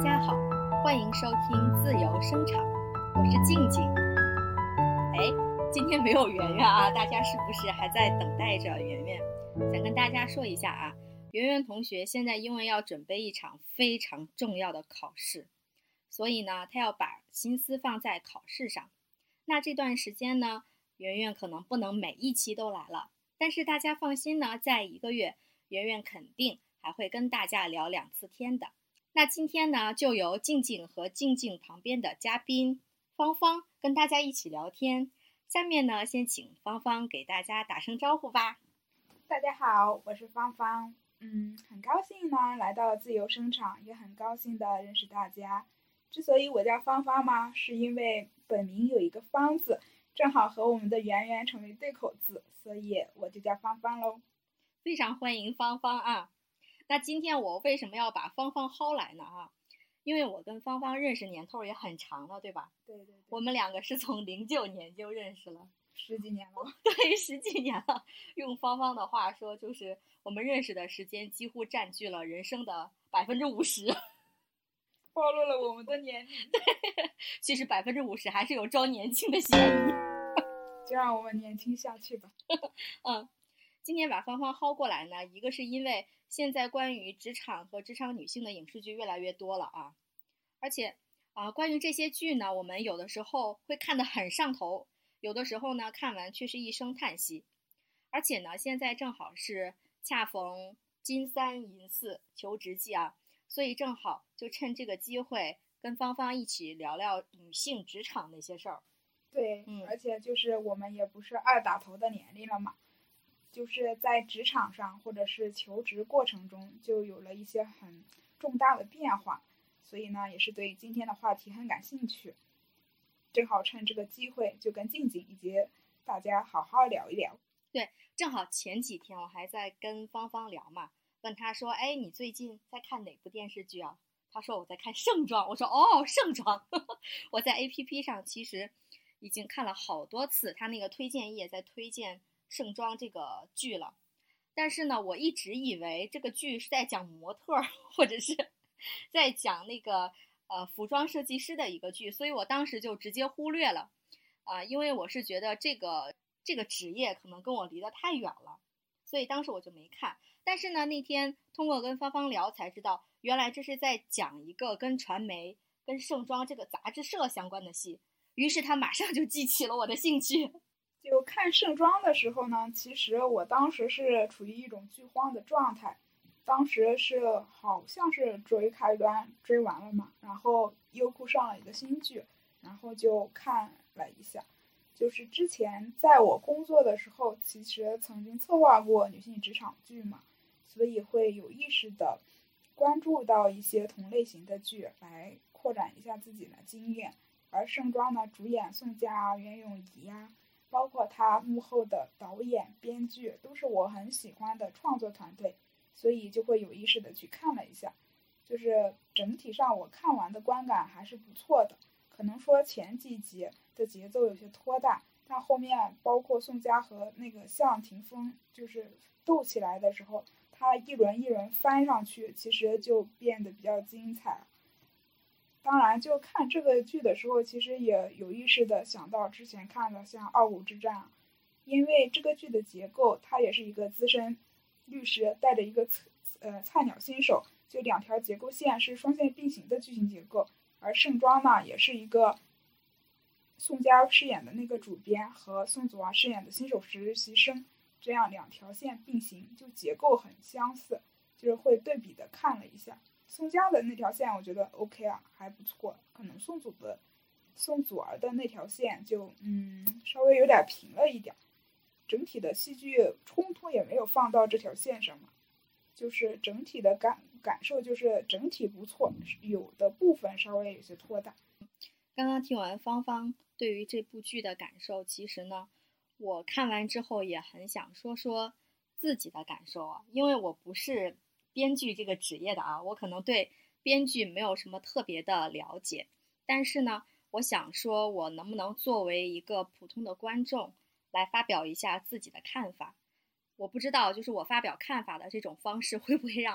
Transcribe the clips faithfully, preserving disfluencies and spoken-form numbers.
家好，欢迎收听自由声场，我是静静。哎，今天没有圆圆啊，大家是不是还在等待着圆圆？想跟大家说一下啊，圆圆同学现在因为要准备一场非常重要的考试，所以呢，她要把心思放在考试上。那这段时间呢，圆圆可能不能每一期都来了，但是大家放心呢，在一个月，圆圆肯定还会跟大家聊两次天的。那今天呢，就由静静和静静旁边的嘉宾芳芳跟大家一起聊天。下面呢，先请芳芳给大家打声招呼吧。 大家好，我是芳芳。嗯，很高兴呢来到自由声场，也很高兴的认识大家。之所以我叫芳芳嘛，是因为本名有一个芳字，正好和我们的圆圆成为对口字，所以我就叫芳芳喽。 非常欢迎芳芳啊！那今天我为什么要把芳芳薅来呢啊？因为我跟芳芳认识年头也很长了，对吧？ 对对对， 我们两个是从零九年就认识了， 十几年了。 对，十几年了。用芳芳的话说，就是我们认识的时间几乎占据了人生的百分之五十。 暴露了我们的年龄。 对，其实百分之五十还是有装年轻的嫌疑。 就让我们年轻下去吧。 嗯，今天把芳芳薅过来呢，一个是因为现在关于职场和职场女性的影视剧越来越多了啊，而且啊、呃，关于这些剧呢，我们有的时候会看得很上头，有的时候呢看完却是一声叹息。而且呢，现在正好是恰逢金三银四求职季啊，所以正好就趁这个机会跟芳芳一起聊聊女性职场那些事儿。 对， 嗯， 而且就是我们也不是二打头的年龄了嘛。就是在职场上或者是求职过程中就有了一些很重大的变化，所以呢也是对今天的话题很感兴趣，正好趁这个机会就跟静静以及大家好好聊一聊。 对，正好前几天我还在跟芳芳聊嘛，问她说，哎，你最近在看哪部电视剧啊？她说我在看盛装。我说哦，盛装。我在 A P P 上其实已经看了好多次，他那个推荐页在推荐盛装这个剧了，但是呢，我一直以为这个剧是在讲模特，或者是在讲那个呃服装设计师的一个剧，所以我当时就直接忽略了啊、呃，因为我是觉得这个这个职业可能跟我离得太远了，所以当时我就没看。但是呢，那天通过跟芳芳聊才知道，原来这是在讲一个跟传媒、跟盛装这个杂志社相关的戏，于是他马上就激起了我的兴趣。 就看盛装的时候呢，其实我当时是处于一种剧荒的状态，当时是好像是追开端追完了嘛，然后优酷上了一个新剧，然后就看了一下。就是之前在我工作的时候，其实曾经策划过女性职场剧嘛，所以会有意识的关注到一些同类型的剧来扩展一下自己的经验。而盛装呢，主演宋佳、袁咏仪呀，包括他幕后的导演、编剧，都是我很喜欢的创作团队，所以就会有意识的去看了一下。就是整体上我看完的观感还是不错的，可能说前几集的节奏有些拖大，但后面包括宋佳和那个向霆锋就是斗起来的时候，他一轮一轮翻上去，其实就变得比较精彩。当然就看这个剧的时候，其实也有意识的想到之前看的像《傲骨之战》，因为这个剧的结构，它也是一个资深律师带着一个呃菜鸟新手，就两条结构线是双线并行的剧情结构。而盛装呢，也是一个宋佳饰演的那个主编和宋祖儿饰演的新手实习生，这样两条线并行，就结构很相似，就是会对比的看了一下。宋佳的那条线我觉得 OK 啊，还不错。可能宋祖的宋祖儿的那条线就嗯稍微有点平了一点，整体的戏剧冲突也没有放到这条线上嘛，就是整体的感感受就是整体不错，有的部分稍微有些拖大。 刚刚听完芳芳对于这部剧的感受，其实呢，我看完之后也很想说说自己的感受啊，因为我不是编剧这个职业的啊，我可能对编剧没有什么特别的了解，但是呢，我想说我能不能作为一个普通的观众来发表一下自己的看法。我不知道就是我发表看法的这种方式会不会让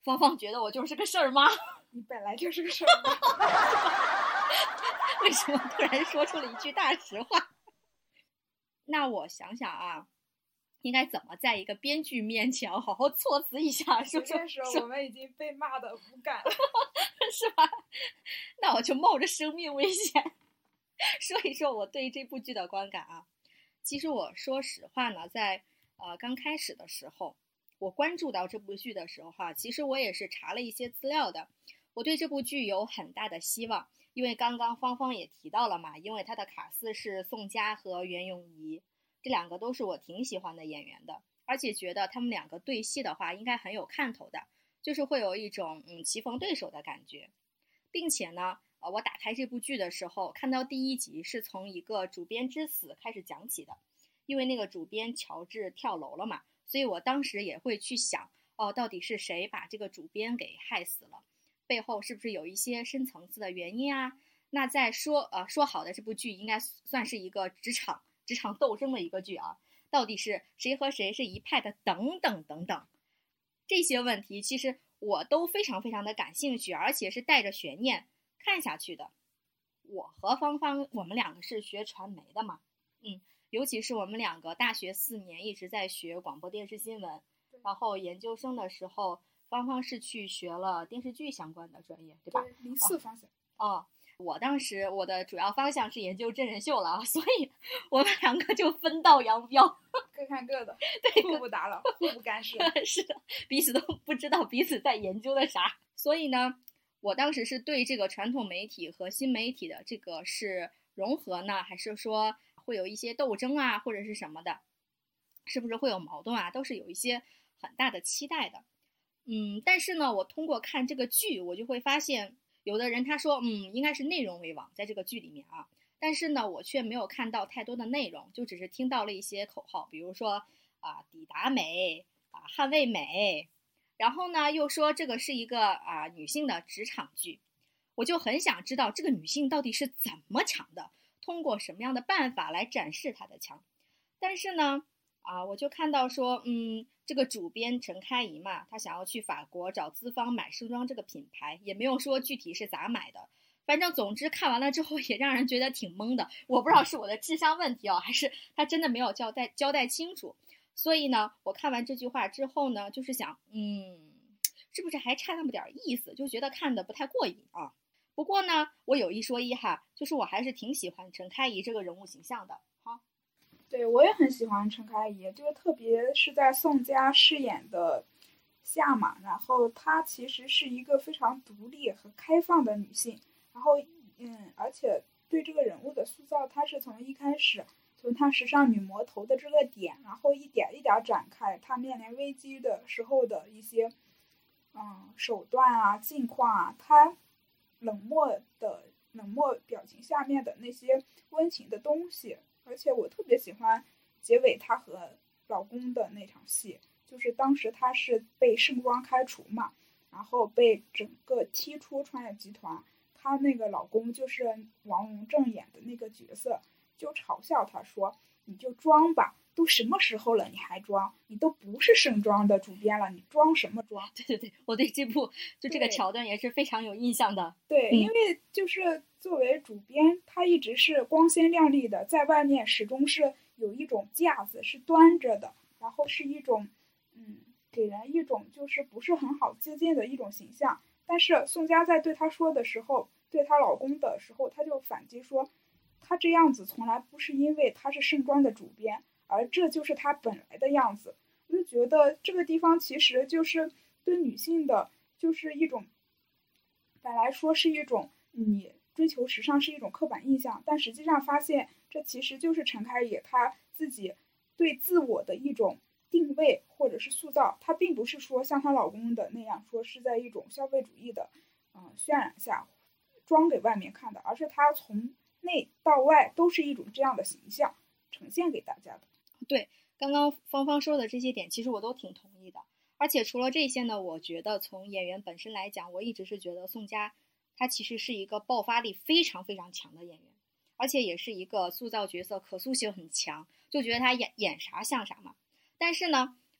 芳芳觉得我就是个事儿妈。 你本来就是个事儿妈。 为什么突然说出了一句大实话？那我想想啊，应该怎么在一个编剧面前好好措辞一下，说说这时候我们已经被骂的无感了， 是吧？那我就冒着生命危险说一说我对这部剧的观感啊。其实我说实话呢，在呃刚开始的时候，我关注到这部剧的时候哈，其实我也是查了一些资料的。我对这部剧有很大的希望，因为刚刚芳芳也提到了嘛，因为他的卡司是宋佳和袁咏仪，这两个都是我挺喜欢的演员的，而且觉得他们两个对戏的话应该很有看头的，就是会有一种嗯棋逢对手的感觉。并且呢，呃，我打开这部剧的时候，看到第一集是从一个主编之死开始讲起的，因为那个主编乔治跳楼了嘛，所以我当时也会去想，哦，到底是谁把这个主编给害死了？背后是不是有一些深层次的原因啊？那再说，呃，说好的这部剧应该算是一个职场职场斗争的一个剧啊，到底是谁和谁是一派的？等等等等，这些问题其实我都非常非常的感兴趣，而且是带着悬念看下去的。我和芳芳，我们两个是学传媒的嘛，嗯，尤其是我们两个大学四年一直在学广播电视新闻，然后研究生的时候，芳芳是去学了电视剧相关的专业，对吧？ 对，零四方向。 哦，哦我当时我的主要方向是研究真人秀了，所以我们两个就分道扬镳， 各看各的， 对， 互不打扰，互不干涉。 是的，彼此都不知道彼此在研究的啥。所以呢，我当时是对这个传统媒体和新媒体的这个是融合呢，还是说会有一些斗争啊，或者是什么的，是不是会有矛盾啊，都是有一些很大的期待的。嗯，但是呢，我通过看这个剧，我就会发现，有的人他说，嗯，应该是内容为王，在这个剧里面啊，但是呢，我却没有看到太多的内容，就只是听到了一些口号，比如说啊，抵达美啊，捍卫美，然后呢，又说这个是一个啊女性的职场剧，我就很想知道这个女性到底是怎么强的，通过什么样的办法来展示她的强。但是呢，啊，我就看到说，嗯，这个主编陈开怡嘛，他想要去法国找资方买盛装这个品牌，也没有说具体是咋买的。反正总之看完了之后也让人觉得挺懵的，我不知道是我的智商问题哦，还是他真的没有交代交代清楚。所以呢，我看完这句话之后呢，就是想，嗯，是不是还差那么点意思，就觉得看得不太过瘾啊。不过呢，我有一说一哈，就是我还是挺喜欢陈开怡这个人物形象的。 对，我也很喜欢陈开怡，就是特别是在宋佳饰演的夏嘛，然后她其实是一个非常独立和开放的女性，然后嗯，而且对这个人物的塑造，她是从一开始从她时尚女魔头的这个点，然后一点一点展开她面临危机的时候的一些嗯手段啊、境况啊，她冷漠的冷漠表情下面的那些温情的东西。而且我特别喜欢结尾她和老公的那场戏，就是当时她是被盛装开除嘛，然后被整个踢出创业集团，她那个老公就是王龙正演的那个角色，就嘲笑她说，你就装吧，都什么时候了你还装，你都不是盛装的主编了，你装什么装。 对对对，我对这部就这个桥段也是非常有印象的。 对、 嗯、 因为就是作为主编，他一直是光鲜亮丽的，在外面始终是有一种架子是端着的，然后是一种嗯，给人一种就是不是很好接近的一种形象。但是宋佳在对他说的时候，对她老公的时候，他就反击说，他这样子从来不是因为他是盛装的主编，而这就是他本来的样子。我就觉得这个地方其实就是对女性的就是一种本来说是一种你追求时尚是一种刻板印象，但实际上发现这其实就是陈开怡她自己对自我的一种定位或者是塑造。她并不是说像她老公的那样说是在一种消费主义的嗯、呃、渲染下装给外面看的，而是她从内到外都是一种这样的形象呈现给大家的。 对，刚刚芳芳说的这些点其实我都挺同意的。而且除了这些呢，我觉得从演员本身来讲，我一直是觉得宋佳她其实是一个爆发力非常非常强的演员，而且也是一个塑造角色可塑性很强，就觉得她演演啥像啥嘛。但是呢，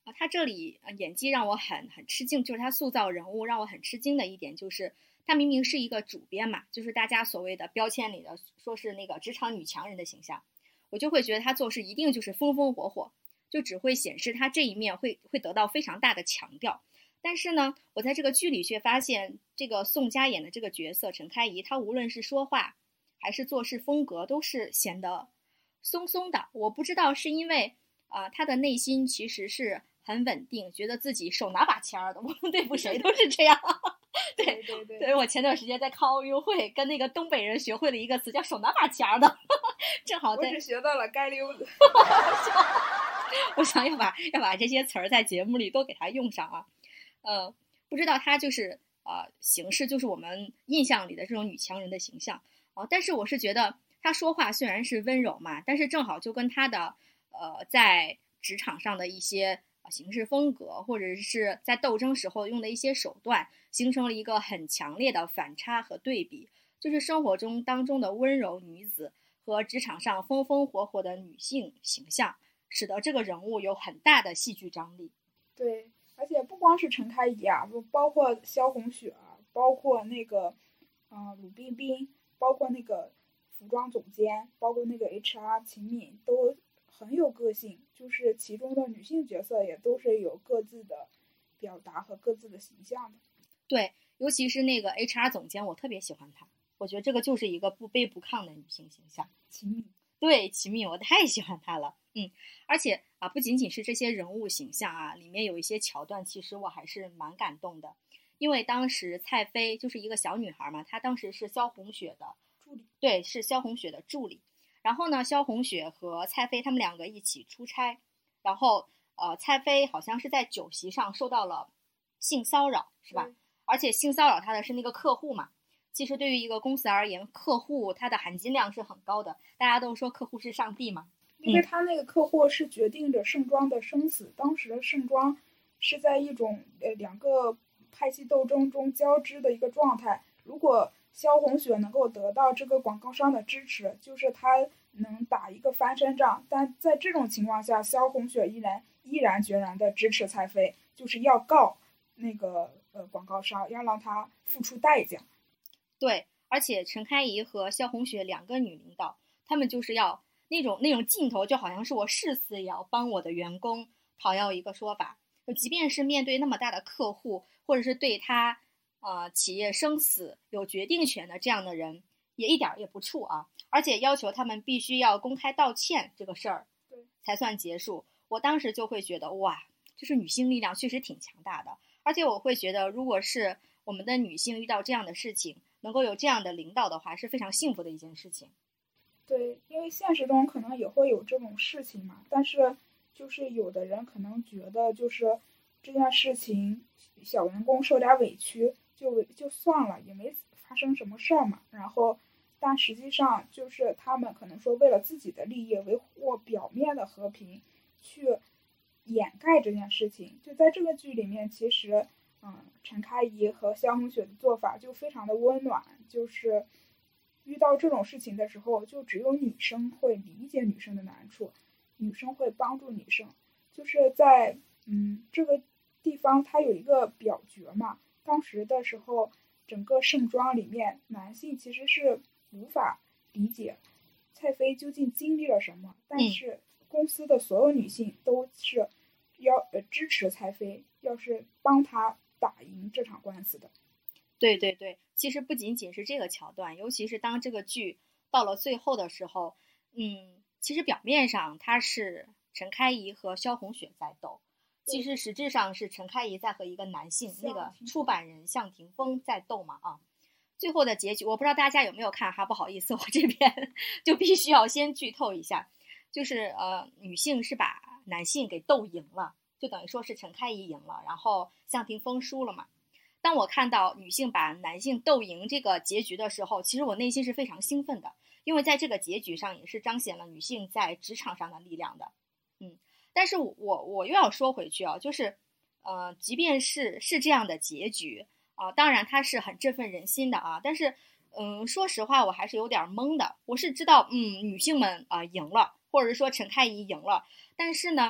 啊，他这里呃演技让我很很吃惊，就是他塑造人物让我很吃惊的一点就是，他明明是一个主编嘛，就是大家所谓的标签里的说是那个职场女强人的形象，我就会觉得他做事一定就是风风火火，就只会显示他这一面会会得到非常大的强调。但是呢，我在这个剧里却发现，这个宋佳演的这个角色陈开怡，她无论是说话还是做事风格，都是显得松松的。我不知道是因为啊、呃，她的内心其实是很稳定，觉得自己手拿把掐的，无论对付谁都是这样。 对对对， 对，我前段时间在看奥运会，跟那个东北人学会了一个词叫手拿把掐的，正好在我只学到了街溜子。 我想要把要把这些词儿在节目里都给它用上啊。呃，不知道她就是呃形式就是我们印象里的这种女强人的形象啊、呃，但是我是觉得她说话虽然是温柔嘛，但是正好就跟她的呃在职场上的一些行事风格，或者是在斗争时候用的一些手段，形成了一个很强烈的反差和对比，就是生活中当中的温柔女子和职场上风风火火的女性形象，使得这个人物有很大的戏剧张力。 对，而且不光是陈开怡啊，包括萧红雪，包括那个呃鲁冰冰，包括那个服装总监，包括那个 H R 秦敏，都很有个性，就是其中的女性角色也都是有各自的表达和各自的形象的。 对，尤其是那个 H R 总监，我特别喜欢她，我觉得这个就是一个不卑不亢的女性形象。 秦敏， 对，秦敏，我太喜欢她了。嗯，而且啊，不仅仅是这些人物形象啊，里面有一些桥段，其实我还是蛮感动的。因为当时蔡飞就是一个小女孩嘛，她当时是萧红雪的助理， 对，是萧红雪的助理。然后呢，萧红雪和蔡飞他们两个一起出差，然后呃，蔡飞好像是在酒席上受到了性骚扰，是吧？而且性骚扰他的是那个客户嘛。其实对于一个公司而言，客户他的含金量是很高的，大家都说客户是上帝嘛。 因为他那个客户是决定着盛装的生死，嗯、当时的盛装是在一种呃两个派系斗争中交织的一个状态。如果萧红雪能够得到这个广告商的支持，就是他能打一个翻身仗。但在这种情况下，萧红雪依然毅然决然的支持蔡飞，就是要告那个呃广告商，要让他付出代价。 对，而且陈开怡和萧红雪两个女领导，她们就是要那种那种劲头，就好像是我誓死也要帮我的员工讨要一个说法。就即便是面对那么大的客户，或者是对他呃企业生死有决定权的这样的人，也一点也不怵啊。而且要求他们必须要公开道歉，这个事儿才算结束。我当时就会觉得哇，就是女性力量确实挺强大的。而且我会觉得，如果是我们的女性遇到这样的事情，能够有这样的领导的话，是非常幸福的一件事情。 对，因为现实中可能也会有这种事情嘛，但是就是有的人可能觉得就是这件事情小员工受点委屈就就算了，也没发生什么事儿嘛。然后但实际上就是他们可能说为了自己的利益，维护表面的和平，去掩盖这件事情。就在这个剧里面，其实嗯，陈开怡和萧红雪的做法就非常的温暖，就是遇到这种事情的时候，就只有女生会理解女生的难处，女生会帮助女生。就是在嗯这个地方，它有一个表决嘛，当时的时候，整个盛装里面，男性其实是无法理解蔡飞究竟经历了什么，但是公司的所有女性都是要呃支持蔡飞，要是帮他打赢这场官司的。 对对对，其实不仅仅是这个桥段，尤其是当这个剧到了最后的时候，嗯，其实表面上他是陈开怡和萧红雪在斗，其实实质上是陈开怡在和一个男性，那个出版人向霆锋在斗嘛啊。最后的结局我不知道大家有没有看哈，不好意思，我这边就必须要先剧透一下，就是呃，女性是把男性给斗赢了，就等于说是陈开怡赢了，然后向霆锋输了嘛。当我看到女性把男性斗赢这个结局的时候，其实我内心是非常兴奋的，因为在这个结局上也是彰显了女性在职场上的力量的。嗯，但是我我又要说回去啊，就是呃，即便是是这样的结局啊、呃，当然它是很振奋人心的啊，但是嗯，说实话我还是有点懵的。我是知道嗯，女性们啊、呃、赢了，或者是说陈开怡赢了，但是呢，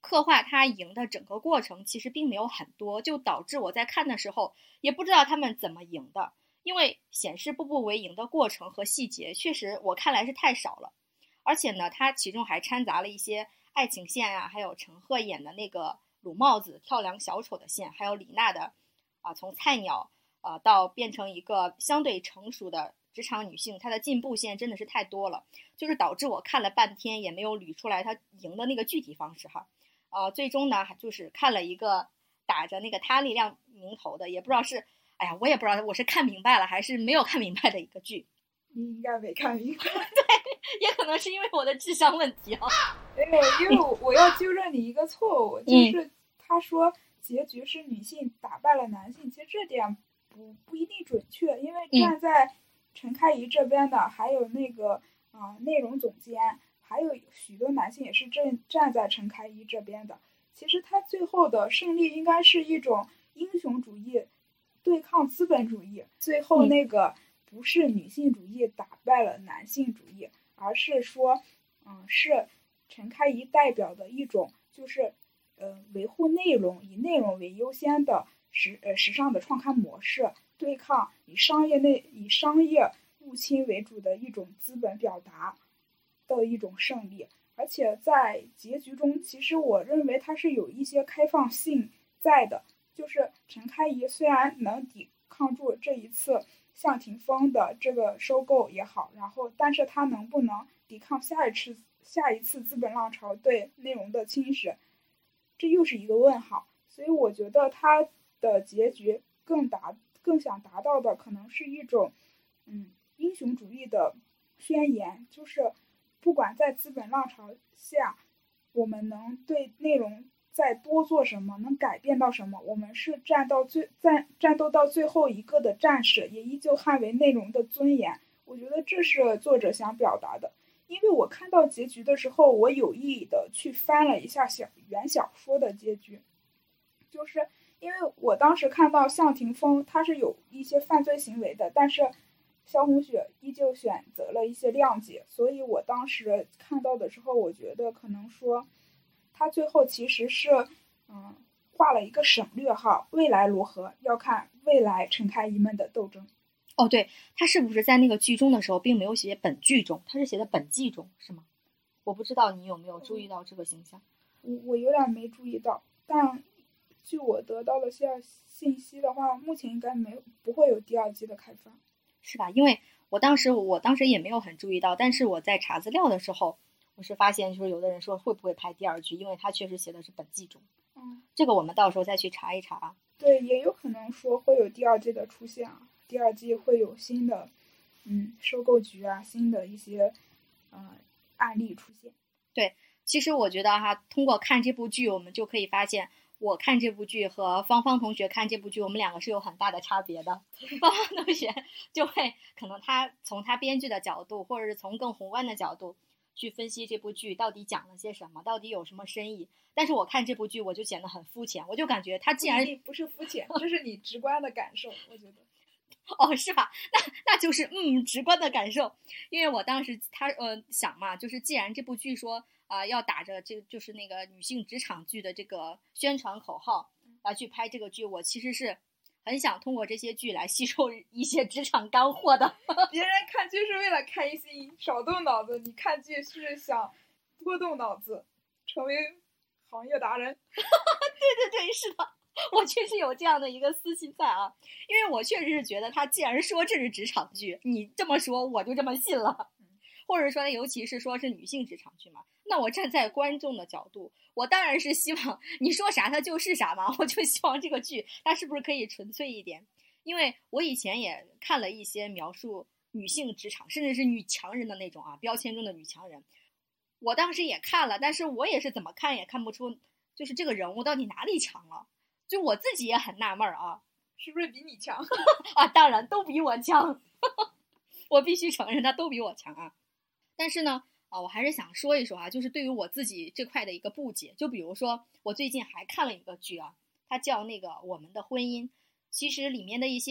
刻画他赢的整个过程其实并没有很多，就导致我在看的时候也不知道他们怎么赢的，因为显示步步为营的过程和细节确实我看来是太少了。而且呢，它其中还掺杂了一些爱情线啊，还有陈赫演的那个鲁帽子跳梁小丑的线，还有李娜的啊、呃、从菜鸟呃到变成一个相对成熟的职场女性，她的进步线真的是太多了，就是导致我看了半天也没有捋出来她赢的那个具体方式哈。呃，最终呢，就是看了一个打着那个他力量名头的，也不知道是，哎呀，我也不知道我是看明白了还是没有看明白的一个剧。 你应该没看明白。 对，也可能是因为我的智商问题啊。 没有，因为我我要纠正你一个错误，就是他说结局是女性打败了男性，其实这点不不一定准确，因为站在陈开怡这边的，还有那个啊、呃、内容总监。还有许多男性也是正站在陈开怡这边的。其实他最后的胜利应该是一种英雄主义对抗资本主义，最后那个不是女性主义打败了男性主义，而是说，嗯，是陈开怡代表的一种就是呃维护内容以内容为优先的时呃时尚的创刊模式，对抗以商业内以商业入侵为主的一种资本表达的一种胜利。而且在结局中，其实我认为它是有一些开放性在的，就是陈开怡虽然能抵抗住这一次向霆锋的这个收购也好，然后但是他能不能抵抗下一次下一次资本浪潮对内容的侵蚀，这又是一个问号。所以我觉得他的结局更达更想达到的可能是一种嗯英雄主义的宣言，就是不管在资本浪潮下，我们能对内容再多做什么，能改变到什么，我们是战到最战战斗到最后一个的战士，也依旧捍卫内容的尊严。我觉得这是作者想表达的。因为我看到结局的时候，我有意的去翻了一下小原小说的结局，就是因为我当时看到向霆锋他是有一些犯罪行为的，但是萧红雪依旧选择了一些谅解，所以我当时看到的时候，我觉得可能说他最后其实是嗯画了一个省略号，未来如何要看未来陈开怡们的斗争。 哦，对，他是不是在那个剧中的时候并没有写本剧中，他是写的本季中是吗？我不知道你有没有注意到这个形象。 我我有点没注意到，但据我得到的些信息的话，目前应该没有不会有第二季的开发， 是吧？因为我当时我当时也没有很注意到，但是我在查资料的时候，我是发现就是有的人说会不会拍第二季，因为他确实写的是本季中。 嗯， 这个我们到时候再去查一查。 对，也有可能说会有第二季的出现啊，第二季会有新的嗯收购局啊，新的一些呃案例出现。 对，其实我觉得哈，通过看这部剧，我们就可以发现，我看这部剧和芳芳同学看这部剧，我们两个是有很大的差别的。芳芳同学就会可能他从他编剧的角度，或者是从更宏观的角度去分析这部剧到底讲了些什么，到底有什么深意。但是我看这部剧，我就显得很肤浅，我就感觉他既然不是肤浅，这是你直观的感受，我觉得。 哦，是吧？那那就是嗯，直观的感受。因为我当时他呃想嘛，就是既然这部剧说啊、呃、要打着这就是那个女性职场剧的这个宣传口号来去拍这个剧，我其实是很想通过这些剧来吸收一些职场干货的。 别人看剧是为了开心，少动脑子；你看剧是想多动脑子，成为行业达人。 对对对，是的。我确实有这样的一个私心在啊，因为我确实是觉得他既然说这是职场剧，你这么说我就这么信了，或者说尤其是说是女性职场剧嘛，那我站在观众的角度，我当然是希望你说啥它就是啥嘛，我就希望这个剧它是不是可以纯粹一点。因为我以前也看了一些描述女性职场甚至是女强人的那种啊，标签中的女强人，我当时也看了，但是我也是怎么看也看不出就是这个人物到底哪里强了，就我自己也很纳闷啊， 是不是比你强啊？当然都比我强，我必须承认他都比我强啊。但是呢，啊，我还是想说一说啊，就是对于我自己这块的一个不解。就比如说，我最近还看了一个剧啊，它叫那个《我们的婚姻》，其实里面的一些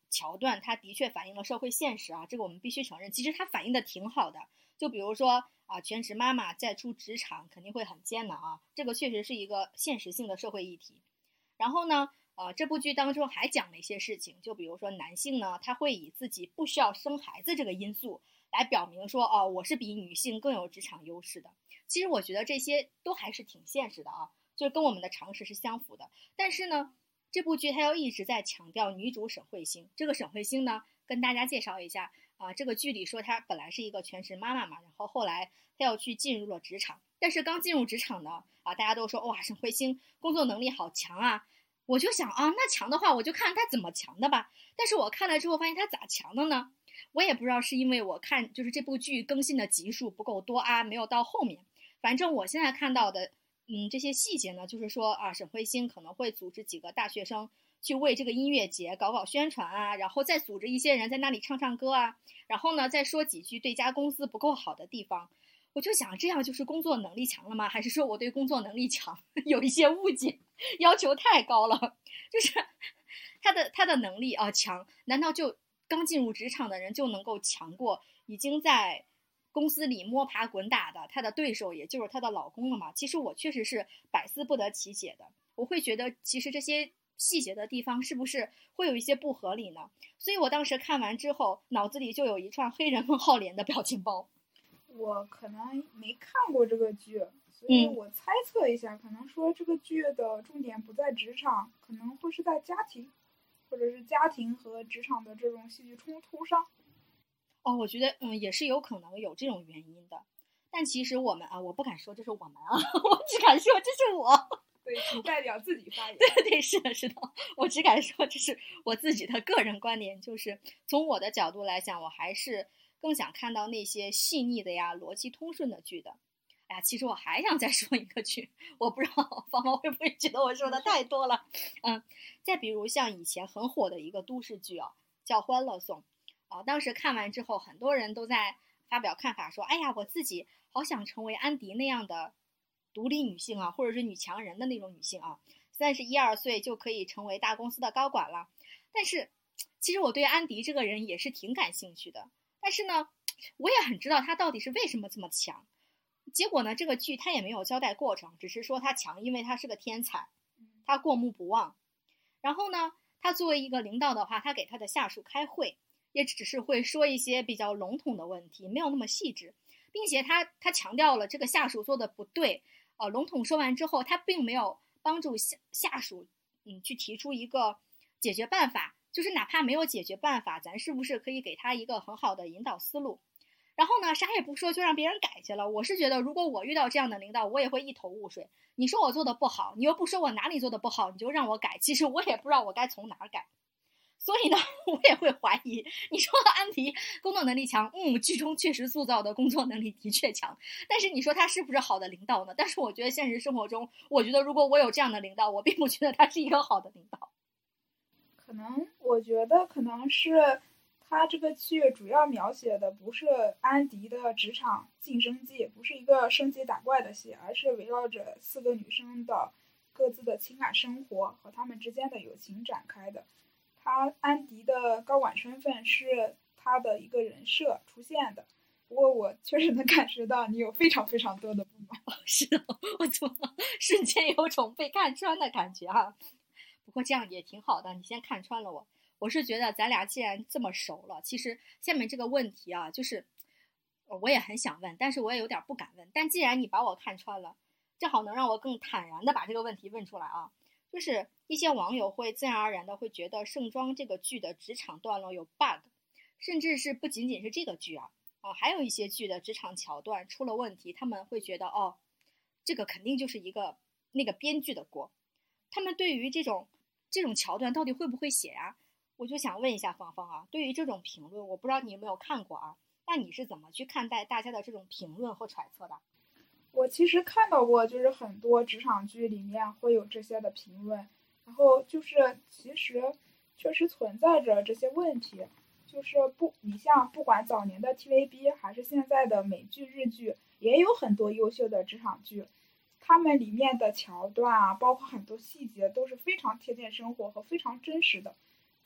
桥段它的确反映了社会现实啊，这个我们必须承认，其实它反映的挺好的。就比如说啊，全职妈妈再出职场肯定会很艰难啊，这个确实是一个现实性的社会议题。然后呢，呃，这部剧当中还讲了一些事情，就比如说男性呢，他会以自己不需要生孩子这个因素来表明说，哦，我是比女性更有职场优势的。其实我觉得这些都还是挺现实的啊，就是跟我们的常识是相符的。但是呢，这部剧它又一直在强调女主沈慧星。这个沈慧星呢，跟大家介绍一下啊，这个剧里说她本来是一个全职妈妈嘛，然后后来她要去进入了职场，但是刚进入职场呢，啊，大家都说哇，沈慧星工作能力好强啊。我就想啊，那强的话我就看她怎么强的吧。但是我看了之后发现她咋强的呢？我也不知道是因为我看就是这部剧更新的集数不够多啊，没有到后面。反正我现在看到的，嗯，这些细节呢，就是说啊，沈慧星可能会组织几个大学生去为这个音乐节搞搞宣传啊，然后再组织一些人在那里唱唱歌啊，然后呢再说几句对家公司不够好的地方。我就想，这样就是工作能力强了吗？还是说我对工作能力强有一些误解，要求太高了？就是他的他的能力啊强，难道就刚进入职场的人就能够强过已经在公司里摸爬滚打的他的对手，也就是他的老公了吗？其实我确实是百思不得其解的。我会觉得其实这些细节的地方是不是会有一些不合理呢？所以我当时看完之后脑子里就有一串黑人问号脸的表情包。 我可能没看过这个剧，所以我猜测一下、嗯、可能说这个剧的重点不在职场，可能会是在家庭，或者是家庭和职场的这种戏剧冲突上。 哦，我觉得嗯也是有可能有这种原因的，但其实我们啊，我不敢说这是我们啊，我只敢说这是我。 对，请代表自己发言。 对对，是的，是的，我只敢说这是我自己的个人观点，就是从我的角度来讲，我还是更想看到那些细腻的呀、逻辑通顺的剧的。哎呀，其实我还想再说一个剧，我不知道芳芳会不会觉得我说的太多了。嗯，再比如像以前很火的一个都市剧啊，叫《欢乐颂》啊，当时看完之后，很多人都在发表看法说，哎呀，我自己好想成为安迪那样的独立女性啊，或者是女强人的那种女性啊，三十一二岁就可以成为大公司的高管了。但是其实我对安迪这个人也是挺感兴趣的，但是呢我也很知道他到底是为什么这么强。结果呢这个剧他也没有交代过程，只是说他强因为他是个天才，他过目不忘。然后呢他作为一个领导的话，他给他的下属开会也只是会说一些比较笼统的问题，没有那么细致，并且他他强调了这个下属做的不对。呃，笼统说完之后，他并没有帮助下下属，嗯，去提出一个解决办法。就是哪怕没有解决办法，咱是不是可以给他一个很好的引导思路？然后呢，啥也不说就让别人改去了。我是觉得，如果我遇到这样的领导，我也会一头雾水。你说我做的不好，你又不说我哪里做的不好，你就让我改，其实我也不知道我该从哪儿改。所以呢，我也会怀疑，你说安迪工作能力强，嗯，剧中确实塑造的工作能力的确强，但是你说他是不是好的领导呢？但是我觉得现实生活中，我觉得如果我有这样的领导，我并不觉得他是一个好的领导。 可能我觉得可能是他这个剧主要描写的不是安迪的职场晋升记，不是一个升级打怪的戏，而是围绕着四个女生的各自的情感生活和她们之间的友情展开的。他安迪的高管身份是他的一个人设出现的，不过我确实能感受到你有非常非常多的不满。 哦、是的，我怎么瞬间有种被看穿的感觉啊？不过这样也挺好的，你先看穿了我。我是觉得咱俩既然这么熟了，其实下面这个问题啊，就是我也很想问，但是我也有点不敢问。但既然你把我看穿了，正好能让我更坦然的把这个问题问出来啊。就是一些网友会自然而然的会觉得盛装这个剧的职场段落有 bug， 甚至是不仅仅是这个剧啊，啊，还有一些剧的职场桥段出了问题，他们会觉得哦，这个肯定就是一个那个编剧的锅。他们对于这种这种桥段到底会不会写啊？我就想问一下芳芳啊，对于这种评论，我不知道你有没有看过啊？那你是怎么去看待大家的这种评论和揣测的？ 我其实看到过，就是很多职场剧里面会有这些的评论，然后就是其实确实存在着这些问题，就是不，你像不管早年的 T V B 还是现在的美剧、日剧，也有很多优秀的职场剧，他们里面的桥段啊，包括很多细节都是非常贴近生活和非常真实的。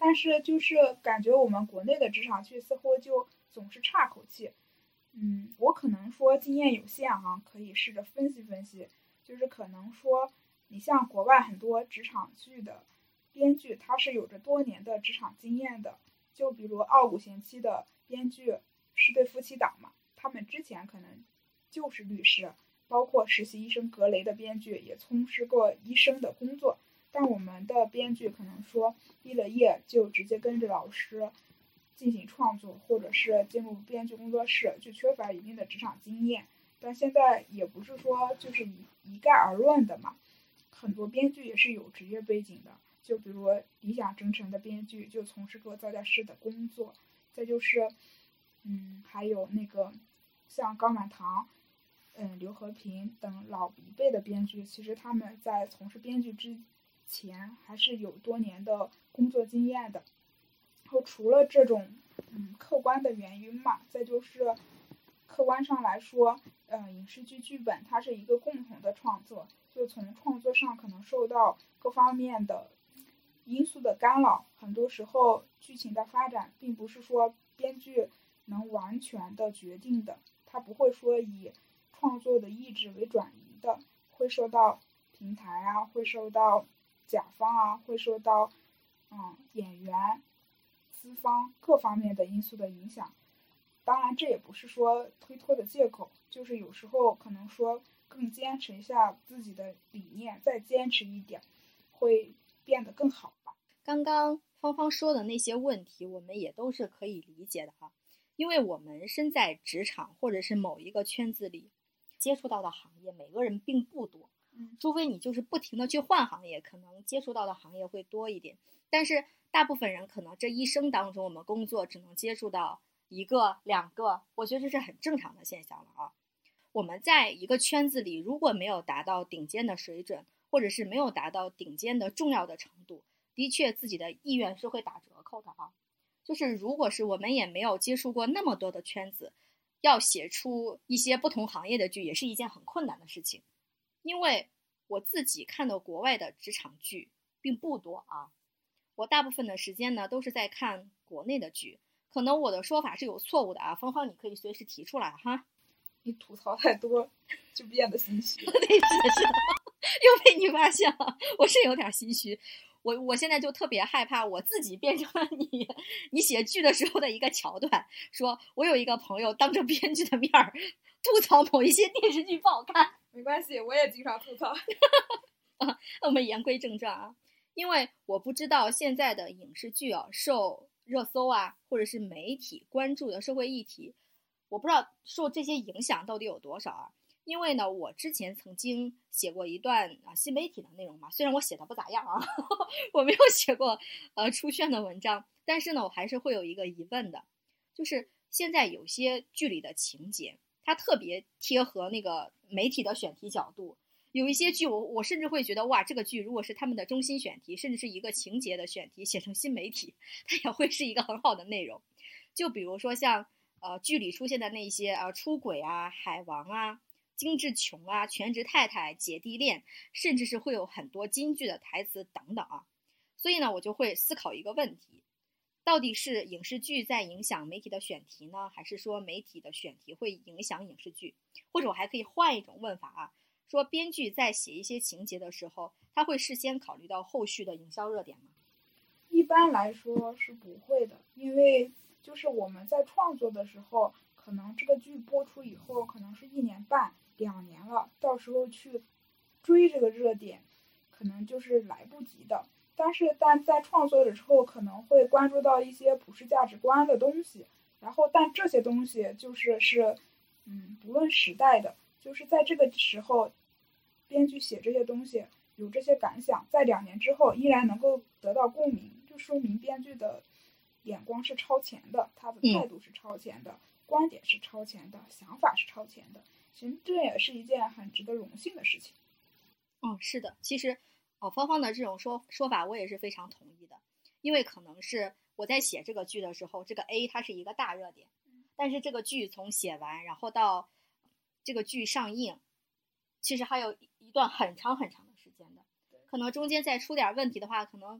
但是就是感觉我们国内的职场剧似乎就总是差口气。嗯，我可能说经验有限啊，可以试着分析分析。就是可能说，你像国外很多职场剧的编剧，他是有着多年的职场经验的。就比如《傲骨贤妻》的编剧是对夫妻档嘛，他们之前可能就是律师，包括实习医生格雷的编剧也从事过医生的工作。但我们的编剧可能说毕了业就直接跟着老师进行创作，或者是进入编剧工作室，就缺乏一定的职场经验。但现在也不是说就是一一概而论的嘛，很多编剧也是有职业背景的。就比如理想征程的编剧就从事过造价师的工作，再就是嗯，还有那个像高满堂、嗯刘和平等老一辈的编剧，其实他们在从事编剧之前还是有多年的工作经验的。然后除了这种嗯客观的原因嘛，再就是客观上来说，呃，影视剧剧本它是一个共同的创作，就从创作上可能受到各方面的因素的干扰，很多时候剧情的发展并不是说编剧能完全的决定的，它不会说以创作的意志为转移的，会受到平台啊，会受到甲方啊，会受到嗯演员、资方各方面的因素的影响。当然这也不是说推脱的借口，就是有时候可能说更坚持一下自己的理念，再坚持一点会变得更好吧。 刚刚芳芳说的那些问题我们也都是可以理解的哈，因为我们身在职场或者是某一个圈子里，接触到的行业每个人并不多，除非你就是不停的去换行业，可能接触到的行业会多一点。但是大部分人可能这一生当中，我们工作只能接触到一个两个，我觉得这是很正常的现象了啊。我们在一个圈子里如果没有达到顶尖的水准，或者是没有达到顶尖的重要的程度，的确自己的意愿是会打折扣的啊。就是如果是我们也没有接触过那么多的圈子，要写出一些不同行业的剧也是一件很困难的事情。因为我自己看的国外的职场剧并不多啊，我大部分的时间呢都是在看国内的剧，可能我的说法是有错误的啊，芳芳你可以随时提出来哈。 你吐槽太多就变得心虚。 对，是的是的，又被你发现了，我是有点心虚。我我现在就特别害怕我自己变成了你你写剧的时候的一个桥段，说我有一个朋友当着编剧的面儿吐槽某一些电视剧不好看。 没关系，我也经常吐槽。 啊，我们言归正传啊，因为我不知道现在的影视剧啊，受热搜啊，或者是媒体关注的社会议题，我不知道受这些影响到底有多少啊。因为呢，我之前曾经写过一段啊新媒体的内容嘛，虽然我写的不咋样啊，我没有写过呃出圈的文章，但是呢，我还是会有一个疑问的，就是现在有些剧里的情节，它特别贴合那个媒体的选题角度。有一些剧我我甚至会觉得哇，这个剧如果是他们的中心选题，甚至是一个情节的选题写成新媒体，它也会是一个很好的内容。就比如说像呃剧里出现的那些呃出轨啊、海王啊、精致穷啊、全职太太、姐弟恋，甚至是会有很多金句的台词等等啊。所以呢，我就会思考一个问题，到底是影视剧在影响媒体的选题呢，还是说媒体的选题会影响影视剧？或者我还可以换一种问法啊，说编剧在写一些情节的时候，他会事先考虑到后续的营销热点吗？ 一般来说是不会的，因为就是我们在创作的时候，可能这个剧播出以后，可能是一年半、两年了，到时候去追这个热点，可能就是来不及的。但是但在创作的时候，可能会关注到一些普世价值观的东西，然后但这些东西就是是嗯不论时代的，就是在这个时候，编剧写这些东西有这些感想，在两年之后依然能够得到共鸣，就说明编剧的眼光是超前的，他的态度是超前的、嗯、观点是超前的，想法是超前的。其实这也是一件很值得荣幸的事情。 嗯，是的，其实哦，芳芳的这种说说法我也是非常同意的，因为可能是我在写这个剧的时候，这个 A 它是一个大热点，但是这个剧从写完然后到这个剧上映，其实还有一段很长很长的时间的，可能中间再出点问题的话，可能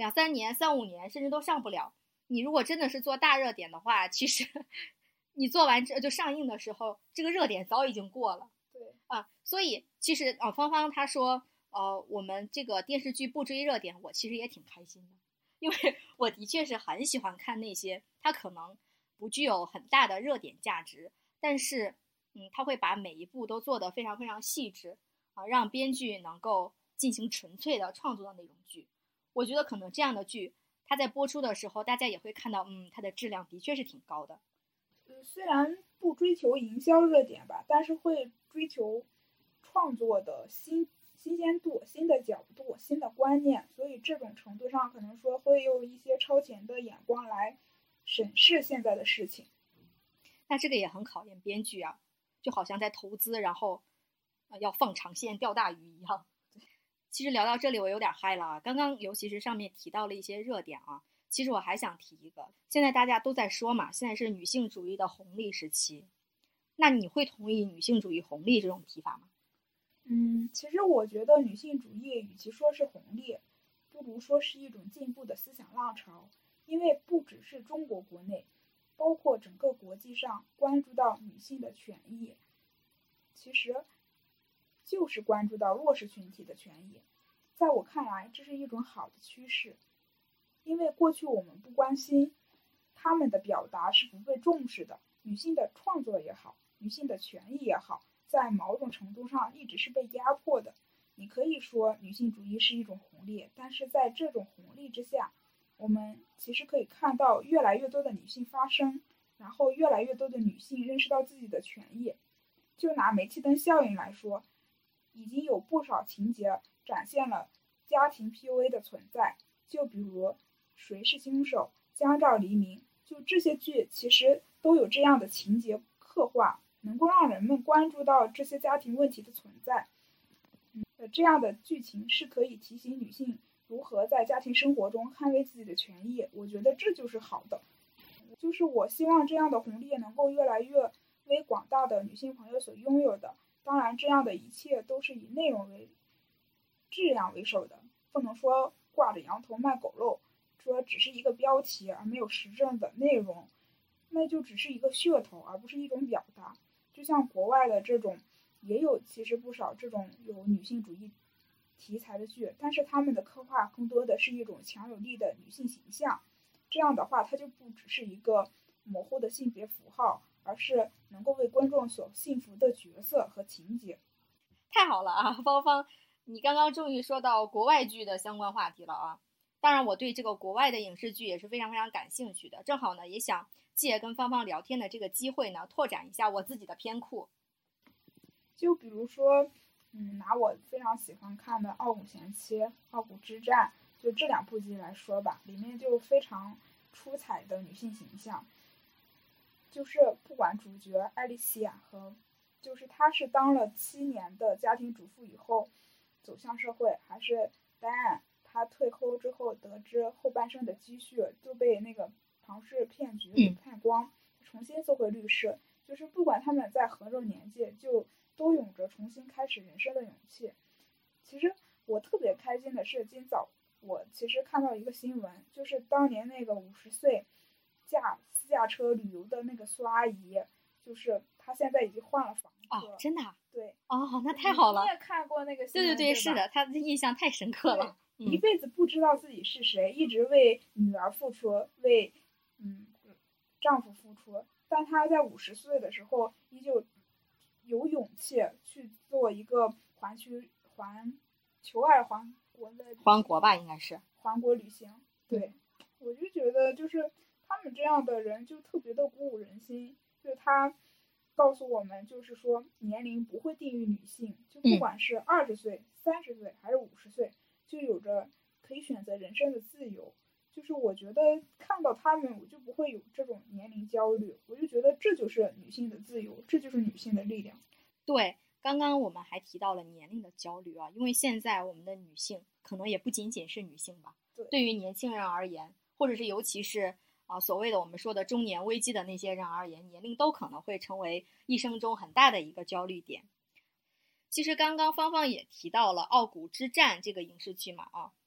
两三年、三五年甚至都上不了。你如果真的是做大热点的话，其实你做完这就上映的时候，这个热点早已经过了。 对啊，所以其实啊，芳芳她说，呃，我们这个电视剧不追热点，我其实也挺开心的，因为我的确是很喜欢看那些它可能不具有很大的热点价值，但是嗯，他会把每一部都做得非常非常细致啊，让编剧能够进行纯粹的创作的那种剧。我觉得可能这样的剧，它在播出的时候，大家也会看到，嗯，它的质量的确是挺高的。 呃，虽然不追求营销热点吧，但是会追求创作的新新鲜度、新的角度、新的观念，所以这种程度上可能说会用一些超前的眼光来审视现在的事情。 那这个也很考验编剧啊，就好像在投资，然后、呃、要放长线钓大鱼一样。其实聊到这里我有点嗨了啊，刚刚尤其是上面提到了一些热点啊，其实我还想提一个，现在大家都在说嘛，现在是女性主义的红利时期，那你会同意女性主义红利这种提法吗？ 嗯，其实我觉得女性主义与其说是红利，不如说是一种进步的思想浪潮，因为不只是中国国内，包括整个国际上关注到女性的权益，其实就是关注到弱势群体的权益。在我看来，这是一种好的趋势，因为过去我们不关心他们的表达是不被重视的，女性的创作也好，女性的权益也好，在某种程度上一直是被压迫的。你可以说女性主义是一种红利，但是在这种红利之下，我们其实可以看到越来越多的女性发声，然后越来越多的女性认识到自己的权益。就拿煤气灯效应来说，已经有不少情节展现了家庭 P U A 的存在，就比如谁是凶手、江照黎明，就这些剧其实都有这样的情节刻画，能够让人们关注到这些家庭问题的存在。嗯，这样的剧情是可以提醒女性如何在家庭生活中捍卫自己的权益，我觉得这就是好的。就是我希望这样的红利能够越来越为广大的女性朋友所拥有的。当然，这样的一切都是以内容为质量为首的，不能说挂着羊头卖狗肉，说只是一个标题而没有实证的内容，那就只是一个噱头，而不是一种表达。就像国外的这种，也有其实不少这种有女性主义题材的剧，但是他们的刻画更多的是一种强有力的女性形象。这样的话，它就不只是一个模糊的性别符号，而是能够为观众所信服的角色和情节。 太好了啊，芳芳，你刚刚终于说到国外剧的相关话题了啊！当然，我对这个国外的影视剧也是非常非常感兴趣的，正好呢，也想借跟芳芳聊天的这个机会呢，拓展一下我自己的篇库。 就比如说，嗯，拿我非常喜欢看的《傲骨贤妻》《傲骨之战》，就这两部剧来说吧，里面就非常出彩的女性形象。就是不管主角艾莉西亚和，就是她是当了七年的家庭主妇以后走向社会，还是戴安她退后之后得知后半生的积蓄就被那个庞氏骗局给骗光，嗯、重新做回律师。就是不管他们在何种年纪，就都有着重新开始人生的勇气。其实我特别开心的是，今早我其实看到一个新闻，就是当年那个五十岁驾私驾车旅游的那个苏阿姨，就是她现在已经换了房子。哦，真的？ 对。 哦，那太好了。 你也看过那个新闻？ 对对对，是的，她的印象太深刻了。 嗯、一辈子不知道自己是谁，一直为女儿付出，为嗯丈夫付出。但她在五十岁的时候，依旧有勇气去做一个环球环求爱环国的环国吧，应该是环国旅行。对，嗯、我就觉得就是他们这样的人就特别的鼓舞人心。就是他告诉我们，就是说年龄不会定义女性，就不管是二十岁、三十岁还是五十岁，就有着可以选择人生的自由。就是我觉得看到他们，我就不会有这种年龄焦虑，我就觉得这就是女性的自由，这就是女性的力量。 对，刚刚我们还提到了年龄的焦虑啊，因为现在我们的女性可能也不仅仅是女性吧， 对， 对于年轻人而言，或者是尤其是啊所谓的我们说的中年危机的那些人而言，年龄都可能会成为一生中很大的一个焦虑点。其实刚刚芳芳也提到了《傲骨之战》这个影视剧嘛啊。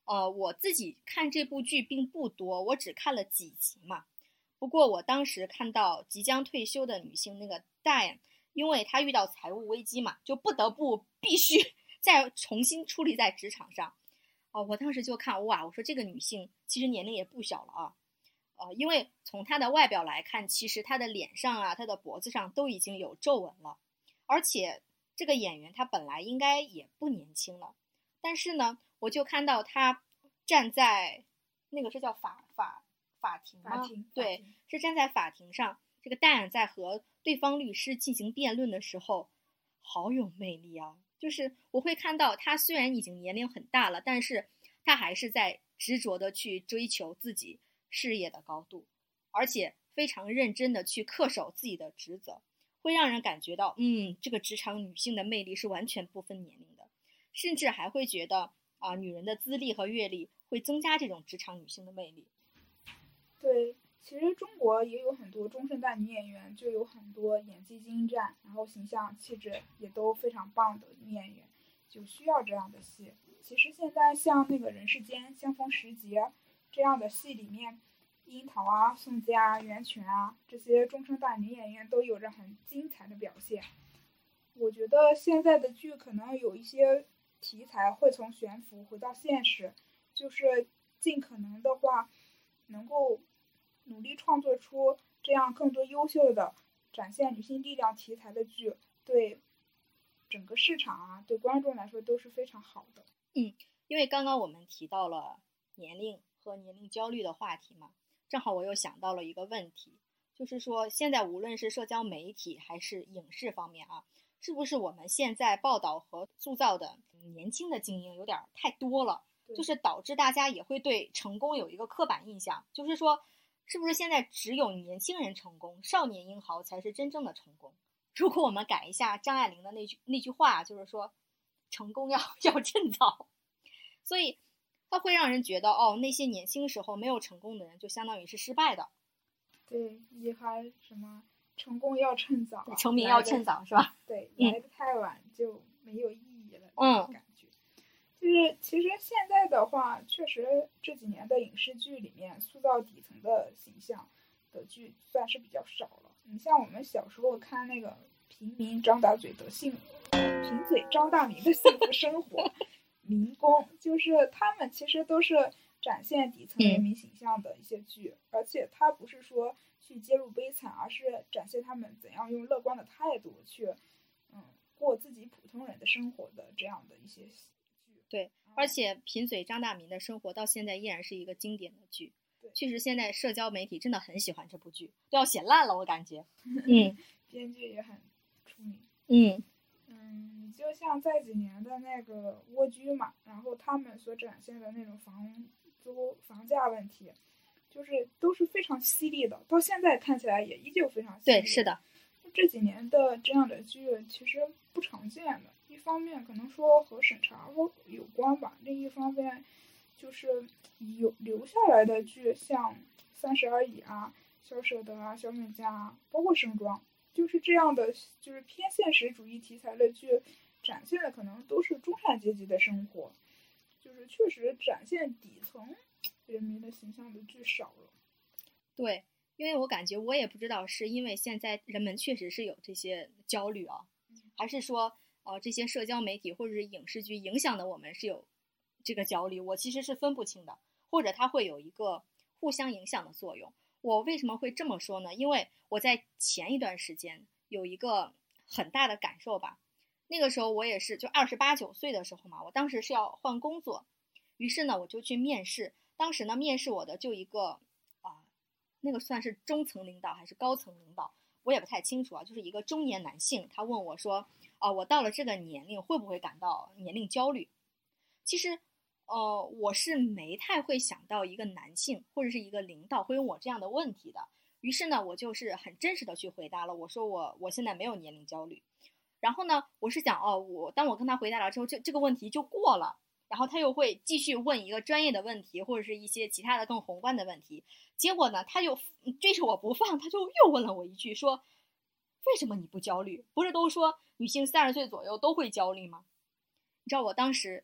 呃，我自己看这部剧并不多，我只看了几集嘛。不过我当时看到即将退休的女性那个 Diane， 因为她遇到财务危机嘛，就不得不必须再重新矗立在职场上。哦，我当时就看，哇，我说这个女性其实年龄也不小了啊。呃，因为从她的外表来看，其实她的脸上啊，她的脖子上都已经有皱纹了，而且这个演员她本来应该也不年轻了，但是呢，我就看到她站在那个是叫法法法庭吗？ 法庭对， 法庭是站在法庭上，这个戴尔在和对方律师进行辩论的时候，好有魅力啊！就是我会看到他虽然已经年龄很大了，但是他还是在执着的去追求自己事业的高度，而且非常认真的去恪守自己的职责，会让人感觉到，嗯，这个职场女性的魅力是完全不分年龄的，甚至还会觉得啊、呃，女人的资历和阅历会增加这种职场女性的魅力。 对，其实中国也有很多中生代女演员，就有很多演技精湛，然后形象气质也都非常棒的女演员，就需要这样的戏。其实现在像那个人世间、相逢时节这样的戏里面，樱桃啊、宋佳啊、袁泉啊这些中生代女演员都有着很精彩的表现。我觉得现在的剧可能有一些题材会从悬浮回到现实，就是尽可能的话能够努力创作出这样更多优秀的展现女性力量题材的剧，对整个市场啊，对观众来说都是非常好的。 嗯，因为刚刚我们提到了年龄和年龄焦虑的话题嘛，正好我又想到了一个问题，就是说现在无论是社交媒体还是影视方面啊，是不是我们现在报道和塑造的年轻的精英有点太多了，就是导致大家也会对成功有一个刻板印象，就是说是不是现在只有年轻人成功，少年英豪才是真正的成功？如果我们改一下张爱玲的那句那句话，就是说成功要要趁早，所以它会让人觉得哦，那些年轻时候没有成功的人就相当于是失败的。 对，也还什么成功要趁早， 成名要趁早是吧？ 对，来的太晚就没有意义了。 嗯， 感觉就是其实现在的话，确实这几年的影视剧里面塑造底层的形象的剧算是比较少了。你像我们小时候看那个平民张大嘴的幸贫嘴张大民的幸福生活，民工，就是他们其实都是展现底层人民形象的一些剧，嗯、而且他不是说去揭露悲惨，而是展现他们怎样用乐观的态度去，嗯，过自己普通人的生活的这样的一些剧。 对，而且贫嘴张大民的生活到现在依然是一个经典的剧。确实，现在社交媒体真的很喜欢这部剧，都要写烂了，我感觉。嗯， 编剧也很出名。 嗯嗯，就像在几年的那个蜗居嘛，然后他们所展现的那种房租房价问题，就是都是非常犀利的，到现在看起来也依旧非常犀利。 对，是的。 这几年的这样的剧其实不常见的，一方面可能说和审查有关吧，另一方面就是有留下来的剧，像《三十而已》啊、《小舍得》啊、《小远家》啊，包括《盛装》，就是这样的，就是偏现实主义题材的剧，展现的可能都是中产阶级的生活，就是确实展现底层人民的形象的剧少了。 对，因为我感觉我也不知道是因为现在人们确实是有这些焦虑啊，还是说呃这些社交媒体或者是影视剧影响的我们是有这个焦虑，我其实是分不清的，或者它会有一个互相影响的作用。我为什么会这么说呢？因为我在前一段时间有一个很大的感受吧，那个时候我也是就二十八九岁的时候嘛，我当时是要换工作，于是呢我就去面试，当时呢面试我的就一个啊、呃，那个算是中层领导还是高层领导，我也不太清楚啊，就是一个中年男性，他问我说啊、呃，我到了这个年龄会不会感到年龄焦虑？其实呃，我是没太会想到一个男性或者是一个领导会问我这样的问题的。于是呢，我就是很真实的去回答了，我说我我现在没有年龄焦虑。然后呢，我是想哦，我当我跟他回答了之后，这这个问题就过了。然后他又会继续问一个专业的问题，或者是一些其他的更宏观的问题。结果呢，他又追着我不放，他就又问了我一句，说：“为什么你不焦虑？不是都说女性三十岁左右都会焦虑吗？”你知道我当时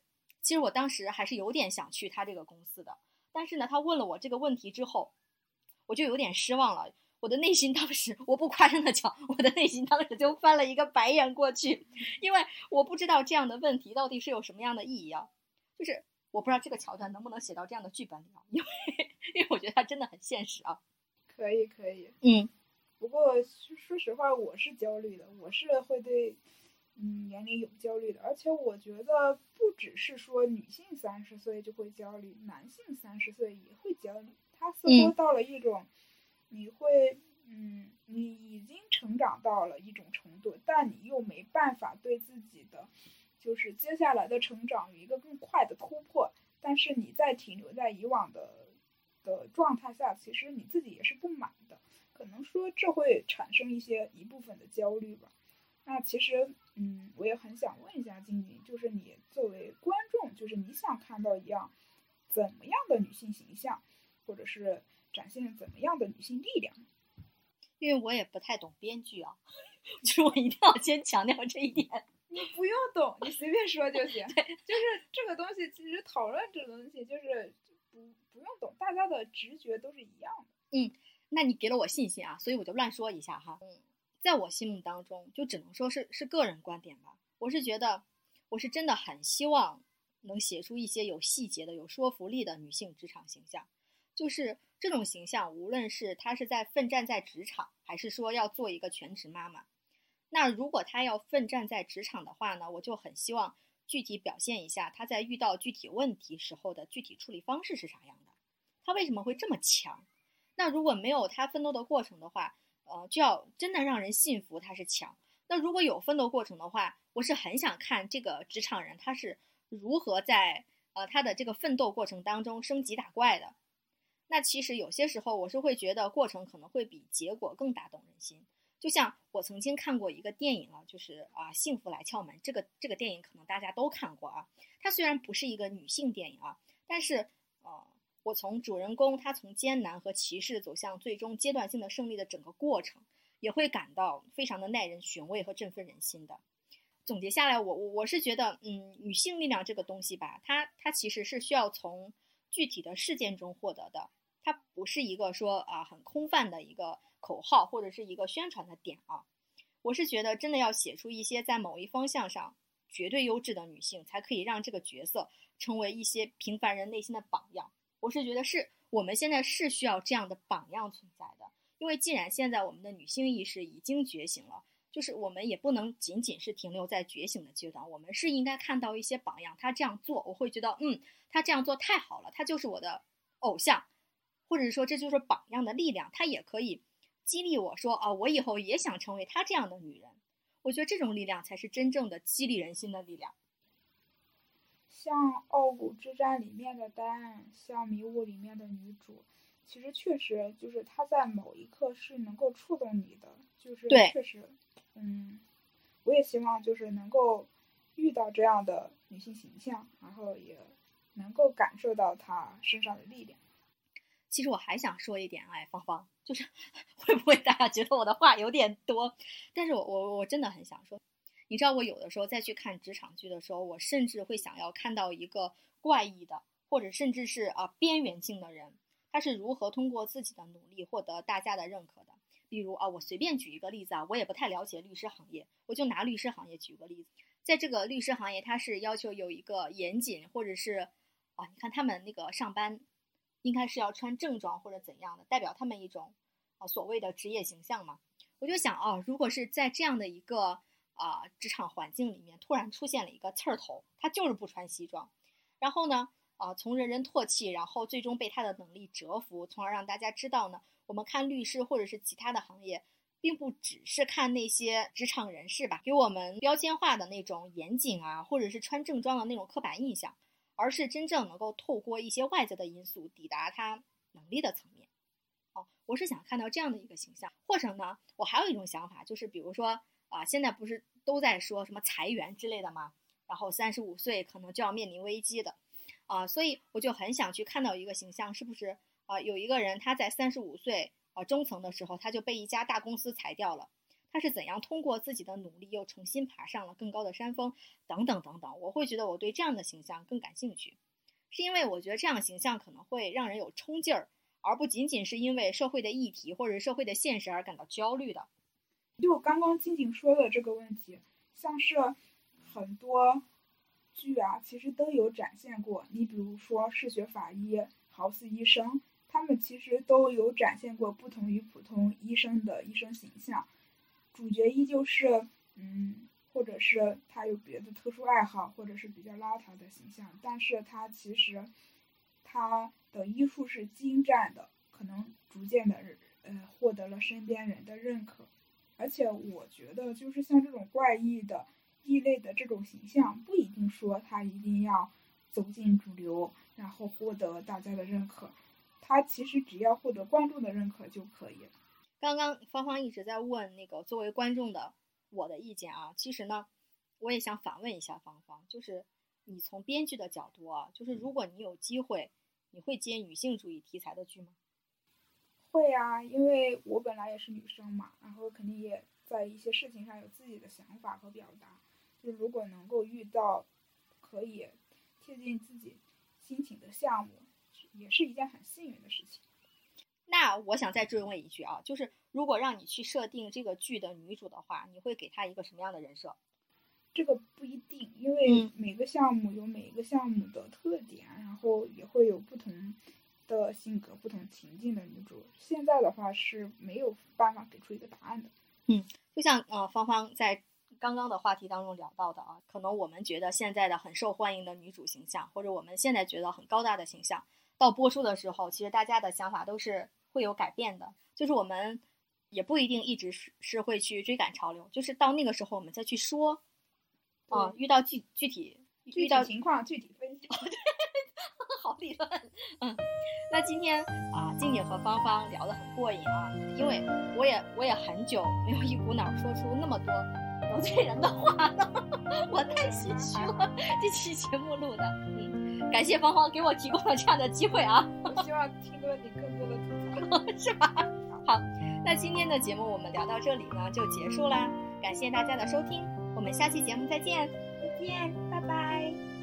其实我当时还是有点想去他这个公司的，但是呢，他问了我这个问题之后，我就有点失望了。我的内心当时，我不夸张的讲，我的内心当时就翻了一个白眼过去，因为我不知道这样的问题到底是有什么样的意义啊，就是我不知道这个桥段能不能写到这样的剧本里啊，因为因为我觉得它真的很现实啊。 可以可以， 嗯， 不过说实话，我是焦虑的，我是会对嗯年龄有焦虑的，而且我觉得不只是说女性三十岁就会焦虑，男性三十岁也会焦虑，他似乎到了一种。嗯你会，嗯，你已经成长到了一种程度，但你又没办法对自己的，就是接下来的成长有一个更快的突破。但是你在停留在以往的的状态下，其实你自己也是不满的，可能说这会产生一些一部分的焦虑吧。那其实，嗯，我也很想问一下静静，就是你作为观众，就是你想看到一样怎么样的女性形象，或者是展现怎么样的女性力量？ 因为我也不太懂编剧啊，就是我一定要先强调这一点。 你不用懂，你随便说就行。就是这个东西，其实讨论这个东西，就是不不用懂，大家的直觉都是一样的。 嗯，那你给了我信心啊，所以我就乱说一下哈。嗯，在我心目当中，就只能说是是个人观点吧。我是觉得，我是真的很希望能写出一些有细节的、有说服力的女性职场形象。就是这种形象，无论是她是在奋战在职场，还是说要做一个全职妈妈，那如果她要奋战在职场的话呢，我就很希望具体表现一下她在遇到具体问题时候的具体处理方式是啥样的，她为什么会这么强。那如果没有她奋斗的过程的话，呃，就要真的让人信服她是强。那如果有奋斗过程的话，我是很想看这个职场人他是如何在呃他的这个奋斗过程当中升级打怪的。那其实有些时候我是会觉得过程可能会比结果更打动人心。就像我曾经看过一个电影啊，就是啊，幸福来敲门，这个这个电影可能大家都看过啊。它虽然不是一个女性电影啊，但是呃，我从主人公他从艰难和歧视走向最终阶段性的胜利的整个过程，也会感到非常的耐人寻味和振奋人心的。总结下来，我我我是觉得，嗯，女性力量这个东西吧，它它其实是需要从具体的事件中获得的，它不是一个说啊很空泛的一个口号或者是一个宣传的点啊。我是觉得真的要写出一些在某一方向上绝对优质的女性，才可以让这个角色成为一些平凡人内心的榜样。我是觉得是我们现在是需要这样的榜样存在的，因为既然现在我们的女性意识已经觉醒了，就是我们也不能仅仅是停留在觉醒的阶段，我们是应该看到一些榜样，他这样做我会觉得嗯，他这样做太好了，他就是我的偶像，或者说这就是榜样的力量，他也可以激励我说啊，我以后也想成为他这样的女人。我觉得这种力量才是真正的激励人心的力量。 像《傲骨之战》里面的丹恩，像《迷雾》里面的女主，其实确实就是她在某一刻是能够触动你的，就是确实，嗯，我也希望就是能够遇到这样的女性形象，然后也能够感受到她身上的力量。 其实我还想说一点，哎，芳芳，就是会不会大家觉得我的话有点多？但是我我我真的很想说，你知道我有的时候再去看职场剧的时候，我甚至会想要看到一个怪异的，或者甚至是啊边缘性的人，他是如何通过自己的努力获得大家的认可的。比如啊，我随便举一个例子啊，我也不太了解律师行业，我就拿律师行业举个例子。在这个律师行业，它是要求有一个严谨，或者是啊，你看他们那个上班应该是要穿正装或者怎样的，代表他们一种啊所谓的职业形象嘛。我就想啊，如果是在这样的一个啊职场环境里面，突然出现了一个刺儿头，他就是不穿西装，然后呢啊从人人唾弃，然后最终被他的能力折服，从而让大家知道呢，我们看律师或者是其他的行业，并不只是看那些职场人士吧，给我们标签化的那种严谨啊，或者是穿正装的那种刻板印象，而是真正能够透过一些外在的因素抵达他能力的层面。哦，我是想看到这样的一个形象。或者呢，我还有一种想法，就是比如说啊、呃，现在不是都在说什么裁员之类的吗？然后三十五岁可能就要面临危机的啊、呃，所以我就很想去看到一个形象，是不是啊、呃，有一个人他在三十五岁啊、呃、中层的时候，他就被一家大公司裁掉了。 他是怎样通过自己的努力又重新爬上了更高的山峰，等等等等。我会觉得我对这样的形象更感兴趣，是因为我觉得这样的形象可能会让人有冲劲儿，而不仅仅是因为社会的议题或者社会的现实而感到焦虑的。 就刚刚静静说的这个问题，像是很多剧啊，其实都有展现过。你比如说《嗜血法医》、《豪斯医生》，他们其实都有展现过不同于普通医生的医生形象。主角依旧是，嗯，或者是他有别的特殊爱好，或者是比较邋遢的形象，但是他其实他的医术是精湛的，可能逐渐的呃获得了身边人的认可。而且我觉得，就是像这种怪异的、异类的这种形象，不一定说他一定要走进主流，然后获得大家的认可。他其实只要获得观众的认可就可以了。 刚刚芳芳一直在问那个作为观众的我的意见啊，其实呢，我也想反问一下芳芳，就是你从编剧的角度啊，就是如果你有机会，你会接女性主义题材的剧吗？ 会啊，因为我本来也是女生嘛，然后肯定也在一些事情上有自己的想法和表达。就如果能够遇到可以贴近自己心情的项目，也是一件很幸运的事情。 那我想再追问一句啊，就是如果让你去设定这个剧的女主的话，你会给她一个什么样的人设？ 这个不一定，因为每个项目有每个项目的特点，嗯、然后也会有不同的性格、不同情境的女主。现在的话是没有办法给出一个答案的。 嗯，就像呃芳芳在刚刚的话题当中聊到的啊，可能我们觉得现在的很受欢迎的女主形象，或者我们现在觉得很高大的形象，到播出的时候，其实大家的想法都是会有改变的。就是我们也不一定一直是是会去追赶潮流，就是到那个时候我们再去说。啊、呃，遇到具具体遇到情况具体分析。 好理论。嗯，那今天啊，静静和芳芳聊得很过瘾啊，因为我也我也很久没有一股脑说出那么多得罪人的话了，我太心虚了。这期节目录的，嗯，感谢芳芳给我提供了这样的机会啊。 我希望听到你更多的吐槽， 是吧？好，那今天的节目我们聊到这里呢就结束啦，感谢大家的收听，我们下期节目再见， 再见，拜拜。